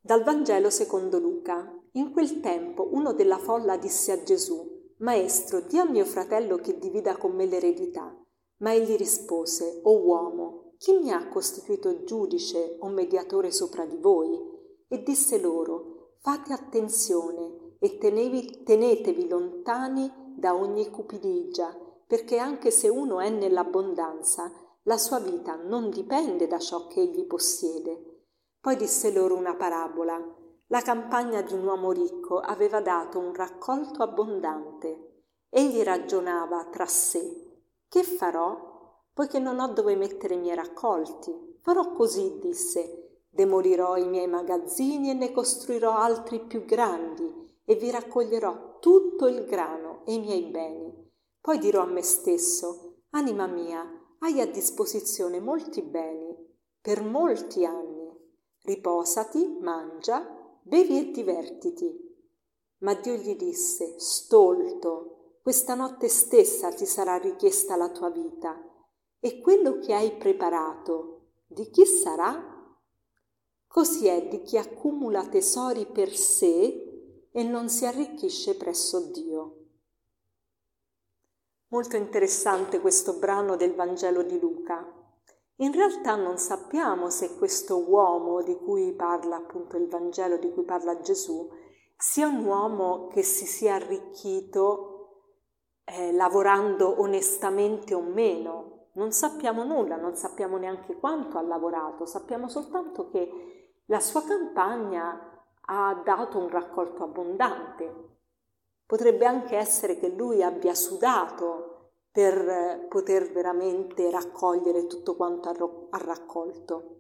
Dal Vangelo secondo Luca. In quel tempo uno della folla disse a Gesù: «Maestro, di a mio fratello che divida con me l'eredità». Ma egli rispose: «O uomo, chi mi ha costituito giudice o mediatore sopra di voi?» E disse loro: «Fate attenzione e tenetevi lontani da ogni cupidigia, perché anche se uno è nell'abbondanza, la sua vita non dipende da ciò che egli possiede». Poi disse loro una parabola. La campagna di un uomo ricco aveva dato un raccolto abbondante. Egli ragionava tra sé: «Che farò? Poiché non ho dove mettere i miei raccolti. Farò così», disse: «demolirò i miei magazzini e ne costruirò altri più grandi e vi raccoglierò tutto il grano e i miei beni. Poi dirò a me stesso: anima mia, hai a disposizione molti beni per molti anni. Riposati, mangia, bevi e divertiti». Ma Dio gli disse: «Stolto, questa notte stessa ti sarà richiesta la tua vita, e quello che hai preparato, di chi sarà? Così è di chi accumula tesori per sé e non si arricchisce presso Dio». Molto interessante questo brano del Vangelo di Luca. In realtà non sappiamo se questo uomo di cui parla appunto il Vangelo, di cui parla Gesù, sia un uomo che si sia arricchito lavorando onestamente o meno. Non sappiamo nulla, non sappiamo neanche quanto ha lavorato, sappiamo soltanto che la sua campagna ha dato un raccolto abbondante. Potrebbe anche essere che lui abbia sudato per poter veramente raccogliere tutto quanto ha raccolto.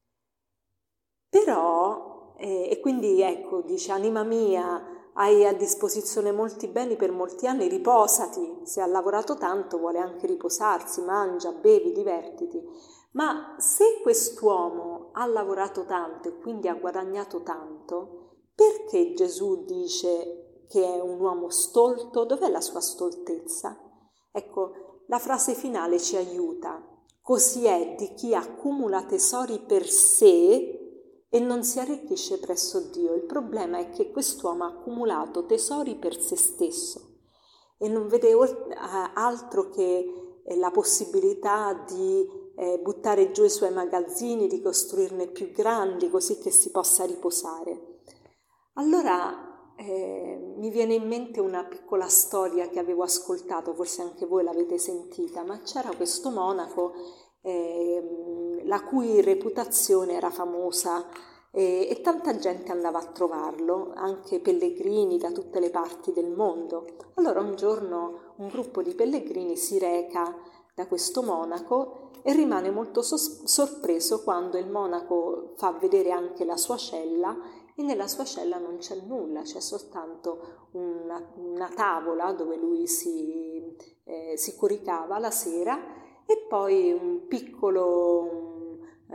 Però, e quindi ecco, dice: anima mia, hai a disposizione molti beni per molti anni, riposati. Se ha lavorato tanto vuole anche riposarsi, mangia, bevi, divertiti. Ma se quest'uomo ha lavorato tanto e quindi ha guadagnato tanto, perché Gesù dice che è un uomo stolto? Dov'è la sua stoltezza? Ecco, la frase finale ci aiuta. Così è di chi accumula tesori per sé e non si arricchisce presso Dio. Il problema è che quest'uomo ha accumulato tesori per se stesso e non vede altro che la possibilità di buttare giù i suoi magazzini, di costruirne più grandi così che si possa riposare. Allora mi viene in mente una piccola storia che avevo ascoltato, forse anche voi l'avete sentita, ma c'era questo monaco la cui reputazione era famosa e tanta gente andava a trovarlo, anche pellegrini da tutte le parti del mondo. Allora un giorno un gruppo di pellegrini si reca da questo monaco e rimane molto sorpreso quando il monaco fa vedere anche la sua cella, e nella sua cella non c'è nulla, c'è soltanto una tavola dove lui si coricava la sera e poi un piccolo,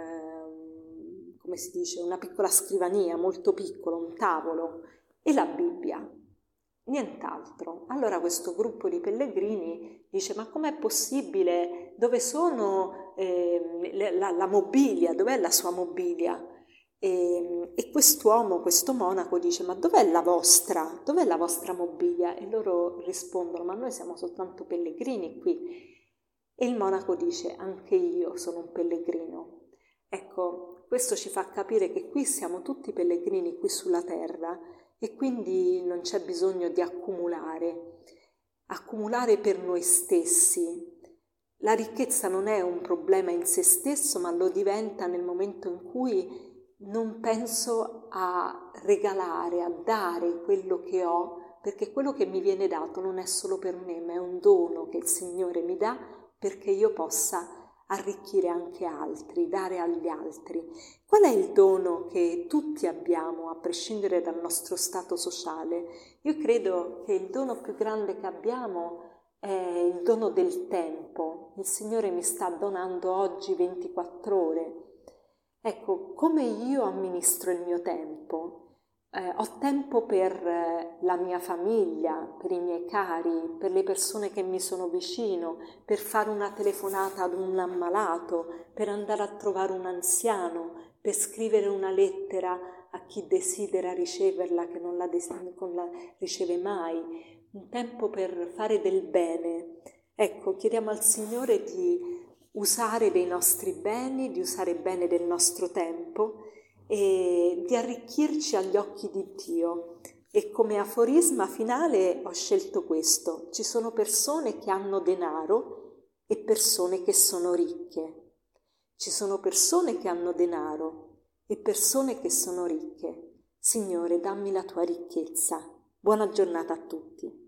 come si dice, una piccola scrivania molto piccola, un tavolo e la Bibbia, nient'altro. Allora questo gruppo di pellegrini dice: ma com'è possibile? Dove sono la mobilia? Dov'è la sua mobilia? E quest'uomo, questo monaco dice: ma dov'è la vostra? Dov'è la vostra mobilia? E loro rispondono: ma noi siamo soltanto pellegrini qui. E il monaco dice: anche io sono un pellegrino. Ecco, questo ci fa capire che qui siamo tutti pellegrini qui sulla terra e quindi non c'è bisogno di accumulare per noi stessi. La ricchezza non è un problema in se stesso, ma lo diventa nel momento in cui non penso a regalare, a dare quello che ho, perché quello che mi viene dato non è solo per me, ma è un dono che il Signore mi dà perché io possa arricchire anche altri, dare agli altri. Qual è il dono che tutti abbiamo, a prescindere dal nostro stato sociale? Io credo che il dono più grande che abbiamo è il dono del tempo. Il Signore mi sta donando oggi 24 ore. Ecco, come io amministro il mio tempo? Ho tempo per la mia famiglia, per i miei cari, per le persone che mi sono vicino, per fare una telefonata ad un ammalato, per andare a trovare un anziano, per scrivere una lettera a chi desidera riceverla che non la riceve mai, un tempo per fare del bene. Ecco, chiediamo al Signore di usare dei nostri beni, di usare bene del nostro tempo e di arricchirci agli occhi di Dio. E come aforisma finale ho scelto questo: ci sono persone che hanno denaro e persone che sono ricche. Ci sono persone che hanno denaro e persone che sono ricche. Signore, dammi la tua ricchezza. Buona giornata a tutti.